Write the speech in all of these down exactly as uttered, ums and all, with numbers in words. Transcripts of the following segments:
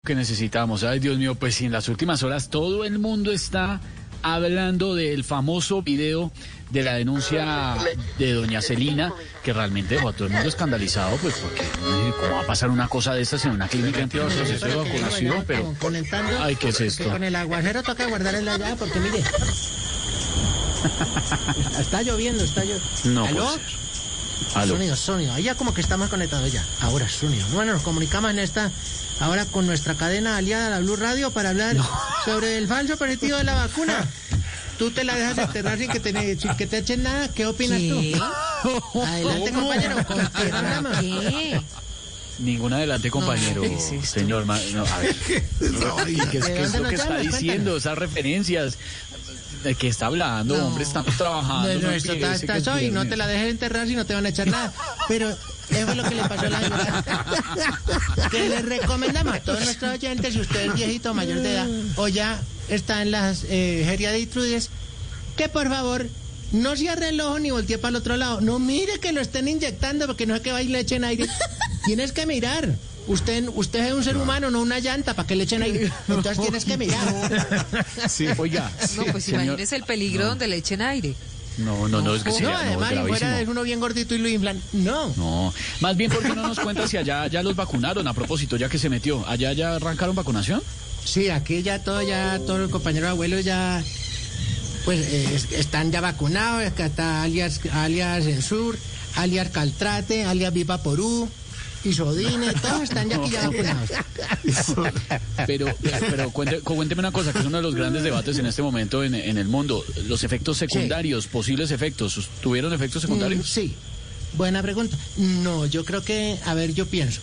que necesitamos. Ay, Dios mío, pues sí, en las últimas horas todo el mundo está hablando del famoso video de la denuncia de doña Celina, que realmente dejó a todo el mundo escandalizado, pues porque cómo va a pasar una cosa de estas en una clínica en proceso de vacunación, pero ay, ¿qué es esto? Con el aguacero toca guardar el allá, porque mire, está lloviendo, está lloviendo. No, ¿Aló? Aló. Sonido, sonido, ahí ya como que estamos conectados ya. Ahora, sonido. Bueno, nos comunicamos en esta, ahora con nuestra cadena aliada, la Blue Radio, para hablar no. sobre el falso positivo de la vacuna. Tú te la dejas enterrar sin que te, sin que te echen nada. ¿Qué opinas ¿Qué? tú? Adelante, compañero. ¿Qué? Ningún adelante, compañero, no, sí, señor. No, a ver. ¿Qué es, qué es lo que está diciendo? Esas referencias. ¿De qué está hablando, no. hombre? Estamos trabajando. No, no, esto está, está eso y no te la dejes enterrar si no te van a echar nada. Pero eso es lo que le pasó a la señora. Que le recomendamos a todos nuestros oyentes, si usted es viejito mayor de edad o ya está en las eh, geriatrices, que por favor no cierre el ojo ni voltee para el otro lado. No mire que lo estén inyectando porque no es que vaya y le echen aire. Tienes que mirar. Usted, usted es un ser humano, no una llanta, para que le echen aire. Entonces tienes que mirar. Sí, oiga. No, pues señor, imagínese el peligro no. donde le echen aire. No, no, no, es que no, sea, además, no, fuera es uno bien gordito y lo inflan. No. No, más bien, ¿por qué no nos cuenta si allá ya los vacunaron? A propósito, ya que se metió, ¿allá ya arrancaron vacunación? Sí, aquí ya todo, ya todos los compañeros abuelos ya, pues, eh, están ya vacunados. Acá está alias, alias Ensur, alias Caltrate, alias Vivaporú. Isodine, todos están ya aquí ya vacunados. Pero, pero cuente, cuénteme una cosa, que es uno de los grandes debates en este momento en, en el mundo. Los efectos secundarios, sí. posibles efectos. ¿Tuvieron efectos secundarios? Mm, sí, buena pregunta. No, yo creo que, a ver, yo pienso.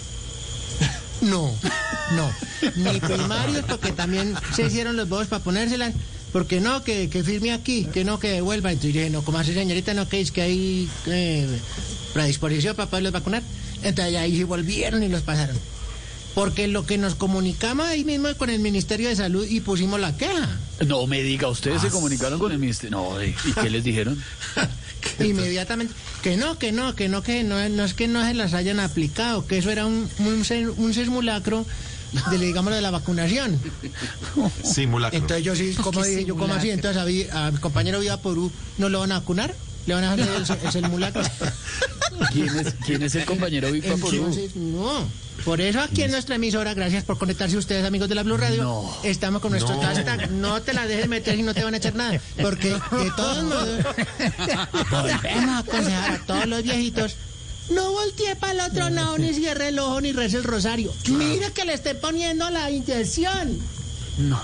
No, no. Ni primarios, porque también se hicieron los bobos para ponérselas. Porque no, que, que firme aquí, que no, que devuelva. Entonces dije, no, como hace señorita, no, que es que hay eh, predisposición para poderlos vacunar. Entonces ahí sí volvieron y los pasaron. Porque lo que nos comunicamos ahí mismo con el Ministerio de Salud y pusimos la queja. No me diga, ¿ustedes ah, se comunicaron con el Ministerio? No, ¿y qué les dijeron? Inmediatamente, que no, que no, que no, que no, no es que no se las hayan aplicado, que eso era un, un, un simulacro de, digamos, de la vacunación. Simulacro. Entonces yo sí, ¿cómo dije yo? ¿Cómo así? Entonces a, a mi compañero Vivaporú, ¿no lo van a vacunar? ¿Le van a hacer el, el simulacro? ¿Quién es, ¿Quién es el compañero Vivaporú? No, por eso aquí en nuestra emisora, gracias por conectarse ustedes, amigos de la Blue Radio, no, estamos con nuestro no. hashtag, no te la dejes meter y no te van a echar nada, porque de todos modos volvemos a aconsejar a todos los viejitos, no voltee para el otro lado, ni cierre el ojo, ni rece el rosario. Mire que le esté poniendo la inyección. No,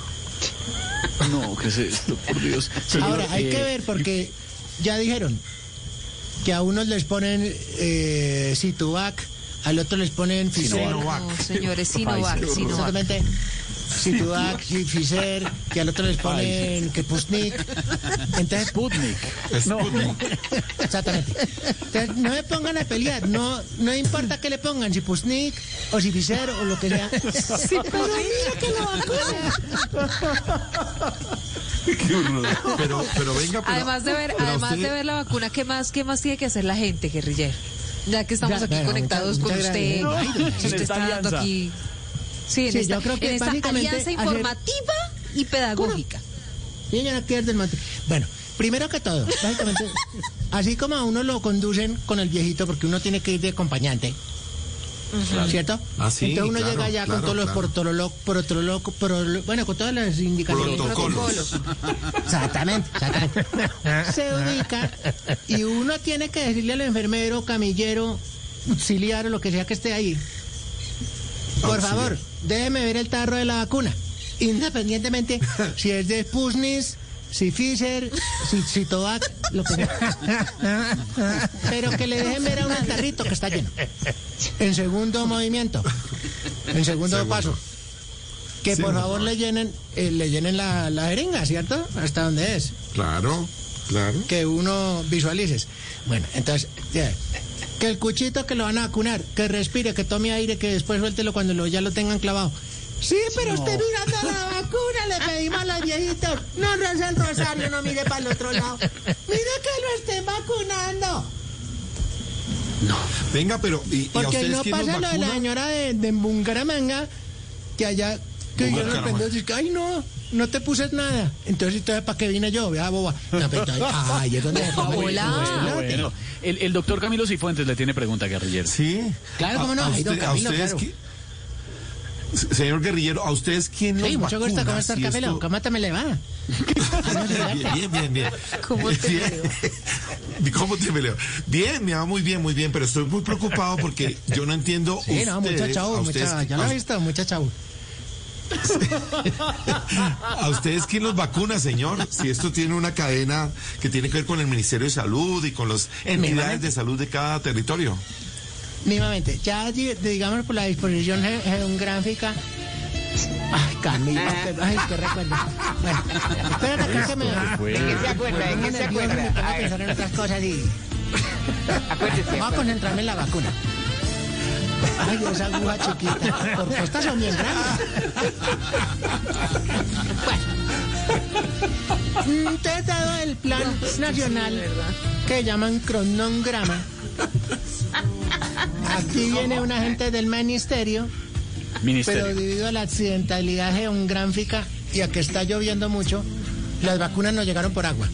no, ¿qué es esto? Por Dios. Señor, ahora, hay eh, que ver, porque ya dijeron que a unos les ponen eh, Situvac, al otro les ponen Pfizer. No, señores, Sinovac, Sinovac. Exactamente. Situvac, Pfizer, que al otro les ponen que Sputnik. Entonces, Sputnik. No. Exactamente. Entonces, no me pongan a pelear, no, no importa que le pongan, si Sputnik o si Pfizer o lo que sea. Sí, pero mira que lo vacunan. Qué horror. Pero, pero venga, pero, además de ver, además usted... de ver la vacuna, ¿qué más, qué más tiene que hacer la gente, guerrillero? Ya que estamos ya, aquí bueno, conectados mucha, con mucha usted, no, si usted está alianza. dando aquí, sí, en sí, esta, yo creo que en esta alianza informativa hacer... y pedagógica. Sí, ya no del monte. Bueno, primero que todo, básicamente, así como a uno lo conducen con el viejito, porque uno tiene que ir de acompañante. Uh-huh. ¿Cierto? Ah, sí, entonces uno claro, llega allá claro, con todos claro. los protolo, protolo, protolo, bueno, con todas las indicaciones. Protocolos. Exactamente, exactamente. Se ubica y uno tiene que decirle al enfermero, camillero, auxiliar o lo que sea que esté ahí. Por auxiliar. favor, déjeme ver el tarro de la vacuna. Independientemente si es de Sputnik, si Pfizer, si Sitovac, lo que sea. Pero que le dejen ver a un tarrito que está lleno. En segundo movimiento. En segundo, segundo. paso. Que sí, por favor le llenen, eh, le llenen la, la jeringa, ¿cierto? Hasta donde es. Claro, claro. Que uno visualices. Bueno, entonces, yeah. que el cuchito que lo van a vacunar, que respire, que tome aire, que después suéltelo cuando lo, ya lo tengan clavado. Sí, pero no. usted mirando la vacuna, le pedimos a los viejitos, no reza el rosario, no mire para el otro lado. Mire que lo estén vacunando. No. Venga, pero... ¿y, Porque y a no pasa lo de la señora de, de Bucaramanga, que allá, que yo lo prendo y dice, ay no, no te puse nada. Entonces, entonces ¿para qué vine yo? Vea, boba. No, pero, ay, es donde se Hola. Bueno, bueno. El, el doctor Camilo Cifuentes le tiene pregunta, guerrillero. Sí. Claro, cómo no. A, a, Ay, don usted, Camilo, a ustedes, claro. qui- Señor guerrillero, ¿a ustedes quién los Sí, mucho gusto, vacuna? ¿cómo estás, Si Camilo? esto- ¿Cómo te me le va? Bien, bien, bien, bien. ¿Cómo te Bien. veo? ¿Cómo te veo? Bien, me va muy bien, muy bien, pero estoy muy preocupado porque yo no entiendo. Sí, no, mucha ustedes, chavo, a mucha, ustedes, ya lo a- he visto, mucha chavo. ¿A ustedes quién los vacuna, señor? Si esto tiene una cadena que tiene que ver con el Ministerio de Salud y con las entidades Mínimamente. de salud de cada territorio. Mínimamente, ya di- digamos por la disposición ge- geográfica. Ay, Camilo, que- ay, qué recuerdo. Bueno, espérate acá que me... Fue- ¿De qué se acuerda? ¿De qué se acuerda? Me pongo A a ver, pensar en otras cosas y... acuérdese. Vamos a concentrarme en la vacuna. Ay, esa aguja chiquita. Por costas son bien grandes. Bueno. Entonces, dado el plan nacional que llaman cronograma, aquí viene un agente del ministerio, pero Ministerio. debido a la accidentalidad geográfica y a que está lloviendo mucho, las vacunas no llegaron por agua.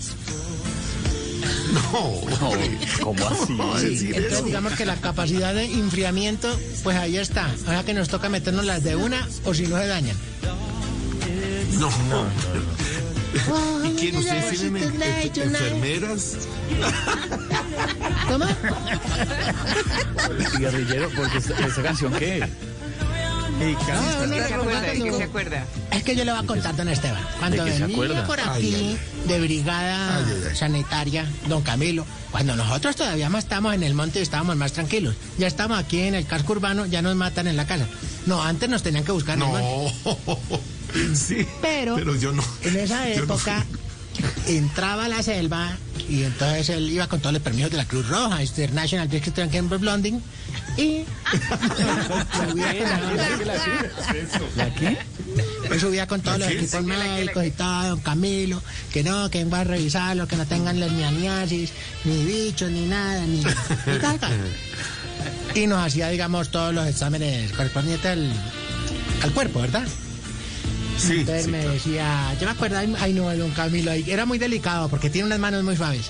No, No, hombre. ¿cómo así? ¿Cómo va a Sí, decir entonces eso? digamos que la capacidad de enfriamiento, pues ahí está. Ahora que nos toca meternos las de una o si no se dañan. No, no, ¿Y quién? ¿Ustedes tienen en- en- enfermeras? ¿Cómo? Guerrillero, porque esta, esta canción, ¿qué? No, ¿De no, qué se no, acuerda? ¿De no, qué no. se acuerda? Es que yo le voy a contar, don Esteban. Cuando ¿De qué se venía acuerda? por Ay, aquí ay, de brigada Ay, ay, ay. sanitaria, don Camilo, cuando nosotros todavía más estábamos en el monte y estábamos más tranquilos. Ya estamos aquí en el casco urbano, ya nos matan en la casa. No, antes nos tenían que buscar en el monte. No. Sí. Pero, Pero yo no. en esa yo no época fui. entraba a la selva y entonces él iba con todos los permisos de la Cruz Roja, International District and Blonding, y subía con, ¿La qué? pues subía con todos ¿La los qué? equipos Sí, la qué, la médicos qué. y todo, don Camilo, que no, que vengo a revisarlo, que no tengan leishmaniasis, ni bichos, ni nada, ni... ni tal, tal. Y nos hacía, digamos, todos los exámenes correspondientes al, al cuerpo, ¿verdad? Sí, Entonces sí, me claro. decía, yo me acuerdo, ay, ay, no, don Camilo, ay, era muy delicado porque tiene unas manos muy suaves.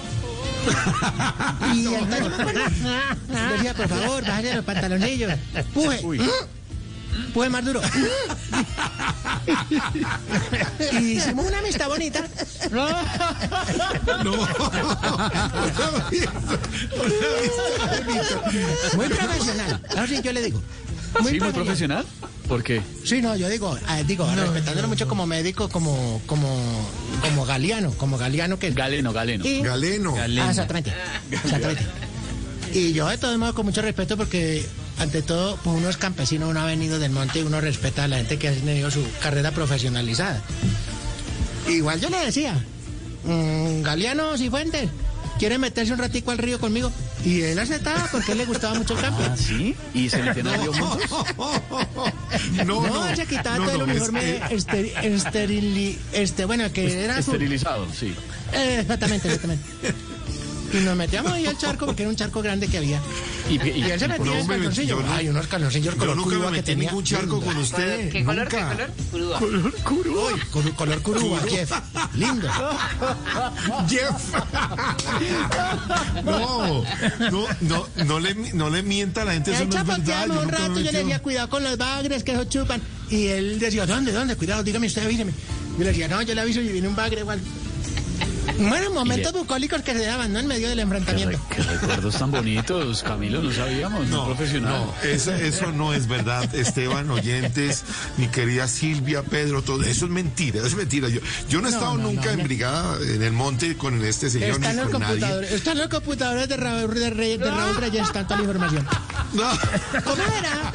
Y entonces yo me acuerdo, yo decía, por favor, bájale los pantalonillos, puje, puje más duro. Y hicimos una amistad bonita. No. Una vista- una vista bonita. Muy profesional. Así yo le digo. Muy ¿Sí, muy profesional? ¿Por qué? Sí, no, yo digo, eh, digo, respetándolo mucho como médico, como, como, como Galeano, como Galeano que es. Galeno, galeno. Y- Galeno. Ah, exactamente. Exactamente. Y yo de todos modos con mucho respeto porque ante todo pues uno es campesino, uno ha venido del monte y uno respeta a la gente que ha tenido su carrera profesionalizada. Igual yo le decía, mmm, Galeano Cifuentes, ¿quiere meterse un ratico al río conmigo? Y él aceptaba porque a él le gustaba mucho el campo. ¿Ah, sí? ¿Y se metieron al río juntos? No, No, no. él se quitaba no, todo el no, es uniforme que- esteri- esterili- este, bueno, que era azul. Esterilizado, sí. Eh, exactamente, exactamente. Y nos metíamos ahí al charco porque era un charco grande que había. Y, y- Y él se metía No, en hombre, calzoncillos. yo no- Ay, unos calzoncillos Yo color nunca me curuba que metí en tenía. ningún charco con usted. ¿Qué color? ¿Qué Nunca. color? Curúa. Uy, con color curuba, Jeff. Lindo. Jeff. No, no, no, no le, no le mienta a la gente, Y eso ahí no es verdad. chapoteamos Yo un nunca me rato y yo le metí. decía, cuidado con los bagres que eso chupan. Y él decía, ¿dónde, dónde? Cuidado, dígame usted, avíseme. Yo le decía, no, yo le aviso y viene un bagre igual. Bueno, momentos Y- bucólicos que se daban, ¿no? En medio del Qué, enfrentamiento. re- qué recuerdos tan bonitos, Camilo, no sabíamos, muy No, profesional. no, eso, eso no es verdad, Esteban, oyentes, mi querida Silvia, Pedro, todo eso es mentira, es mentira. Yo, yo no he No, estado no, nunca no, en no. brigada en el monte con este señor Están ni los con nadie. computadores, están los computadores de Raúl, de, Rey- de Raúl Reyes, está toda la información. No. ¿Cómo era?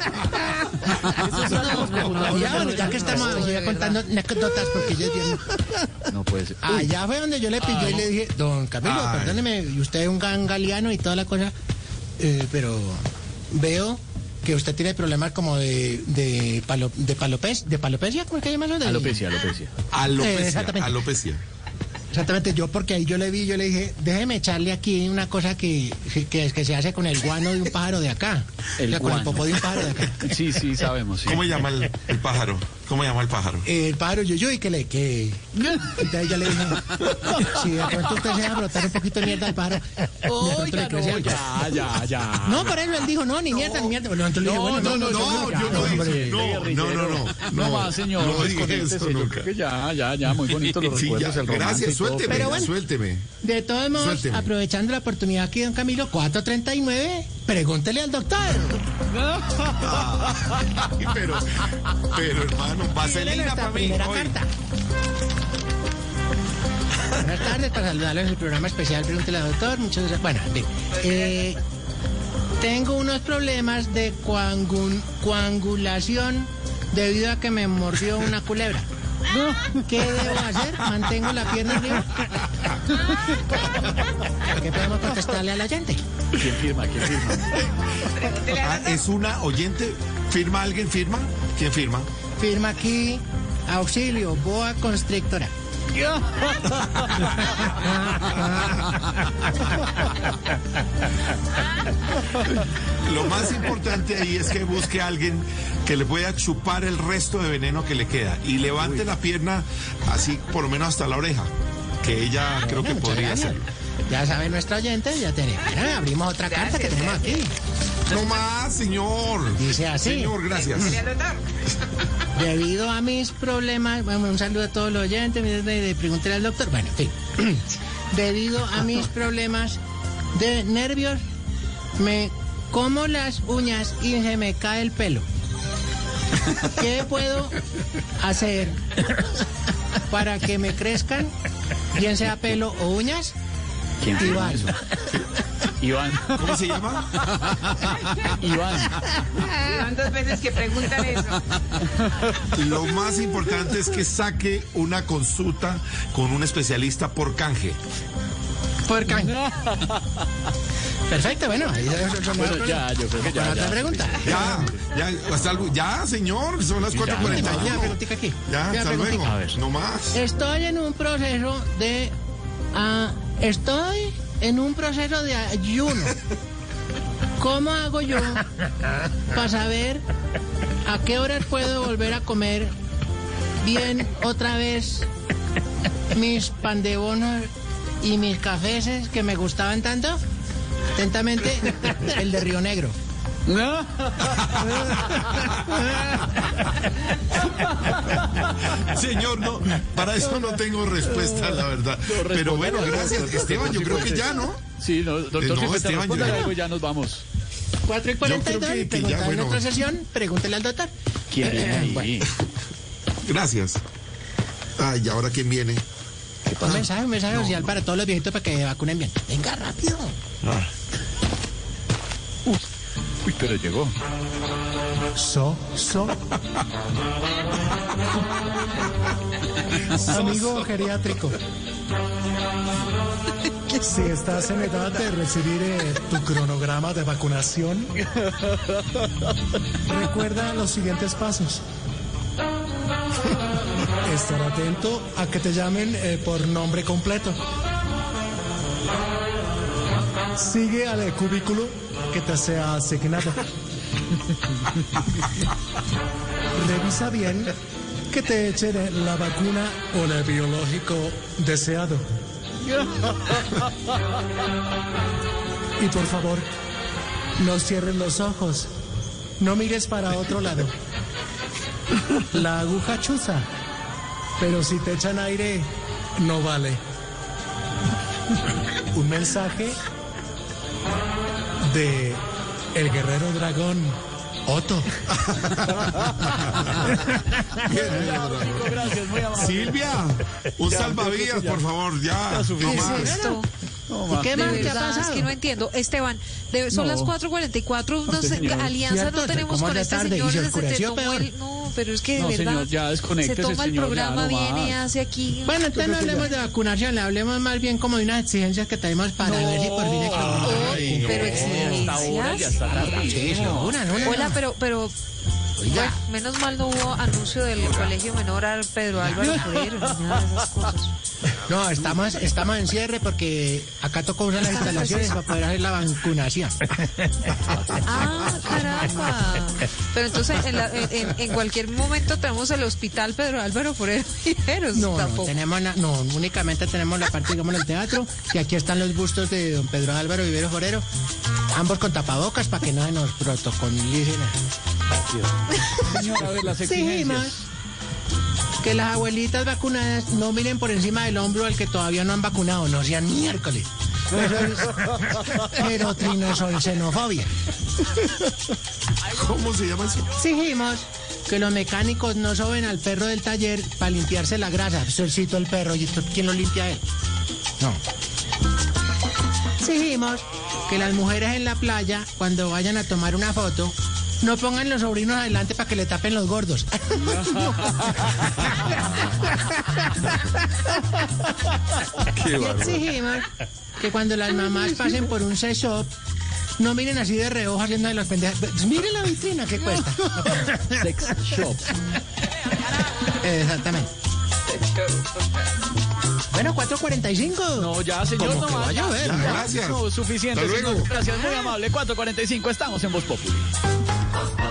Ya, bueno, ya que estamos ya contando anécdotas porque ya es viernes. No puede ser. Allá fue donde yo le pillé y le dije, don Camilo, Ay. perdóneme, y usted es un gan galeano y toda la cosa, eh, pero veo que usted tiene problemas como de de palo, de palopes, de palopecia, ¿cómo es que llama eso? De- Alopecia, alopecia. Eh, Alopecia, exactamente. alopecia. Exactamente, yo porque ahí yo le vi, yo le dije, déjeme echarle aquí una cosa que, que, que se hace con el guano de un pájaro de acá. El o sea, con el guano. popó de un pájaro de acá. Sí, sí, sabemos. Sí. ¿Cómo llama el, el pájaro? ¿Cómo llama el pájaro? El pájaro yuyuy que le que entonces ya le dije, si de pronto usted se va a brotar un poquito de mierda al pájaro, de pronto Oiga, le crece no, algo. ya, ya, ya. No, por eso él dijo, no, ni mierda, ni mierda. Bueno, entonces le dije, bueno, no, no, yo no, creo que yo no ya, dije- hombre. no, no, no, no, No no, más, señor. no dije desconéctese, eso yo nunca. creo que ya, ya, ya, muy bonito los Sí, recuerdos, ya, el romance gracias, y todo, suélteme, Pero bueno. suélteme. De todos modos, Suélteme. aprovechando la oportunidad aquí, don Camilo, cuatro treinta y nueve, pregúntele al doctor. Ay, pero, pero hermano, Dile vaselina nuestra para mí. primera hoy. carta. Buenas tardes, para saludarles en el programa especial Pregúntele al doctor. Muchas gracias. Bueno, bien. Eh, tengo unos problemas de coangu- coagulación debido a que me mordió una culebra. ¿Qué debo hacer? ¿Mantengo la pierna arriba? ¿Qué podemos contestarle al oyente? ¿Quién firma? ¿Quién firma? Ah, ¿es una oyente? ¿Firma alguien? ¿Firma? ¿Quién firma? Firma aquí, auxilio, boa constrictora. Lo más importante ahí es que busque a alguien que le pueda chupar el resto de veneno que le queda y levante la pierna así por lo menos hasta la oreja, que ella creo que Bueno, muchas podría gracias. hacerlo. Ya sabe nuestra oyente, ya tenemos. Bueno, abrimos otra carta que tenemos aquí. No más, señor. Dice así. Señor, gracias. Debido a mis problemas, bueno, un saludo a todos los oyentes, de, de, de Pregúntele al doctor. Bueno, en fin. Debido a mis problemas de nervios, me como las uñas y se me cae el pelo. ¿Qué puedo hacer para que me crezcan, bien sea pelo o uñas? ¿Quién firma Iván. eso? Iván. ¿Cómo se llama? Iván. Son dos veces que preguntan eso. Lo más importante es que saque una consulta con un especialista por canje. Por canje. Perfecto, bueno, ahí ya, Bueno, ya, yo creo que ya, otra ya. pregunta. Ya, ya, hasta algo, ya, señor, son las cuatro cuarenta y Ya, uno. preguntita aquí. Ya, Ya, hasta preguntita. luego. A ver. No más. Estoy en un proceso de... ah, estoy en un proceso de ayuno. ¿Cómo hago yo para saber a qué horas puedo volver a comer bien otra vez mis pan de bono y mis cafés que me gustaban tanto? Atentamente, el de Río Negro. Señor, no, para eso no tengo respuesta, la verdad. Pero bueno, gracias, Esteban, yo creo que ya, ¿no? Sí, no, doctor, Eh, no, si me Esteban, responde yo- algo, ya nos vamos. cuatro y cuarenta y Yo dos, creo que- que ya, preguntar en bueno. otra sesión, pregúntele al doctor. ¿Quién viene ahí? Bueno. Gracias. Ay, ¿y ahora quién viene? Un mensaje, un mensaje social para todos los viejitos para que se vacunen bien. Venga, rápido. Ah. Uy, pero llegó. So, so. Amigo geriátrico. Si estás en edad de recibir eh, tu cronograma de vacunación, recuerda los siguientes pasos. Estar atento a que te llamen eh, por nombre completo. Sigue al cubículo que te sea asignado. Revisa bien que te echen la vacuna o el biológico deseado. Y por favor, no cierres los ojos. No mires para otro lado. La aguja chuza, pero si te echan aire, no vale. Un mensaje de el guerrero dragón, Otto. Gracias, muy amable. Silvia, un Ya, salvavidas, creo que ya. por favor, ya. Ya No suficiente. más. Esto, ¿Y qué de más te ha verdad, es pasado? que no entiendo. Esteban, de- son No. las cuatro cuarenta y cuatro, unas Sí, señor. alianzas Cierto, no tenemos ¿cómo con es este la tarde? señor. Y se Se te oscureció tomó peor. el- no, pero es que de No, verdad señor, ya se desconéctese, toma el señor, ya programa, no viene, más. hace aquí. Bueno, entonces no hablemos de vacunación, le hablemos más bien como de unas exigencias que tenemos para ver si por fin Oh, Ay, pero no. Hasta ahora ya exigencias. está tarde. Sí, sí, una, una. Hola, pero, pero Oiga. Bueno, menos mal no hubo anuncio del colegio menor al Pedro Álvaro Forero, ni nada de esas cosas. No, estamos, estamos en cierre porque acá tocó usar las instalaciones para poder hacer la vacunación. Ah, caramba. Pero entonces en, la, en, en cualquier momento tenemos el hospital Pedro Álvaro Forero Viveros. No, tampoco. no, tenemos na, no, únicamente tenemos la parte, digamos, del teatro, y aquí están los bustos de don Pedro Álvaro Viveros Forero, ambos con tapabocas para que no se nos protocolicen. Señora, a ver las Sí, exigencias. más. Que las abuelitas vacunadas no miren por encima del hombro al que todavía no han vacunado, no sean miércoles. Eso es erotrinosolcenofobia. ¿Cómo se llama eso? Exigimos que los mecánicos no soben al perro del taller para limpiarse la grasa. Solcito el perro, ¿y esto quién lo limpia a él? No. Exigimos que las mujeres en la playa, cuando vayan a tomar una foto, no pongan los sobrinos adelante para que le tapen los gordos. Qué Y bárbaro. exigimos que cuando las mamás pasen por un sex shop, no miren así de reojo haciendo de los pendejos. Miren la vitrina, ¿qué cuesta? Sex shop. Exactamente. Bueno, cuatro cuarenta y cinco. No, ya, señor, Como no que más. vaya a ver. Ya, Ya, gracias. no, suficiente, Hasta luego. señor. Gracias, muy amable. cuatro cuarenta y cinco, estamos en Voz Populi.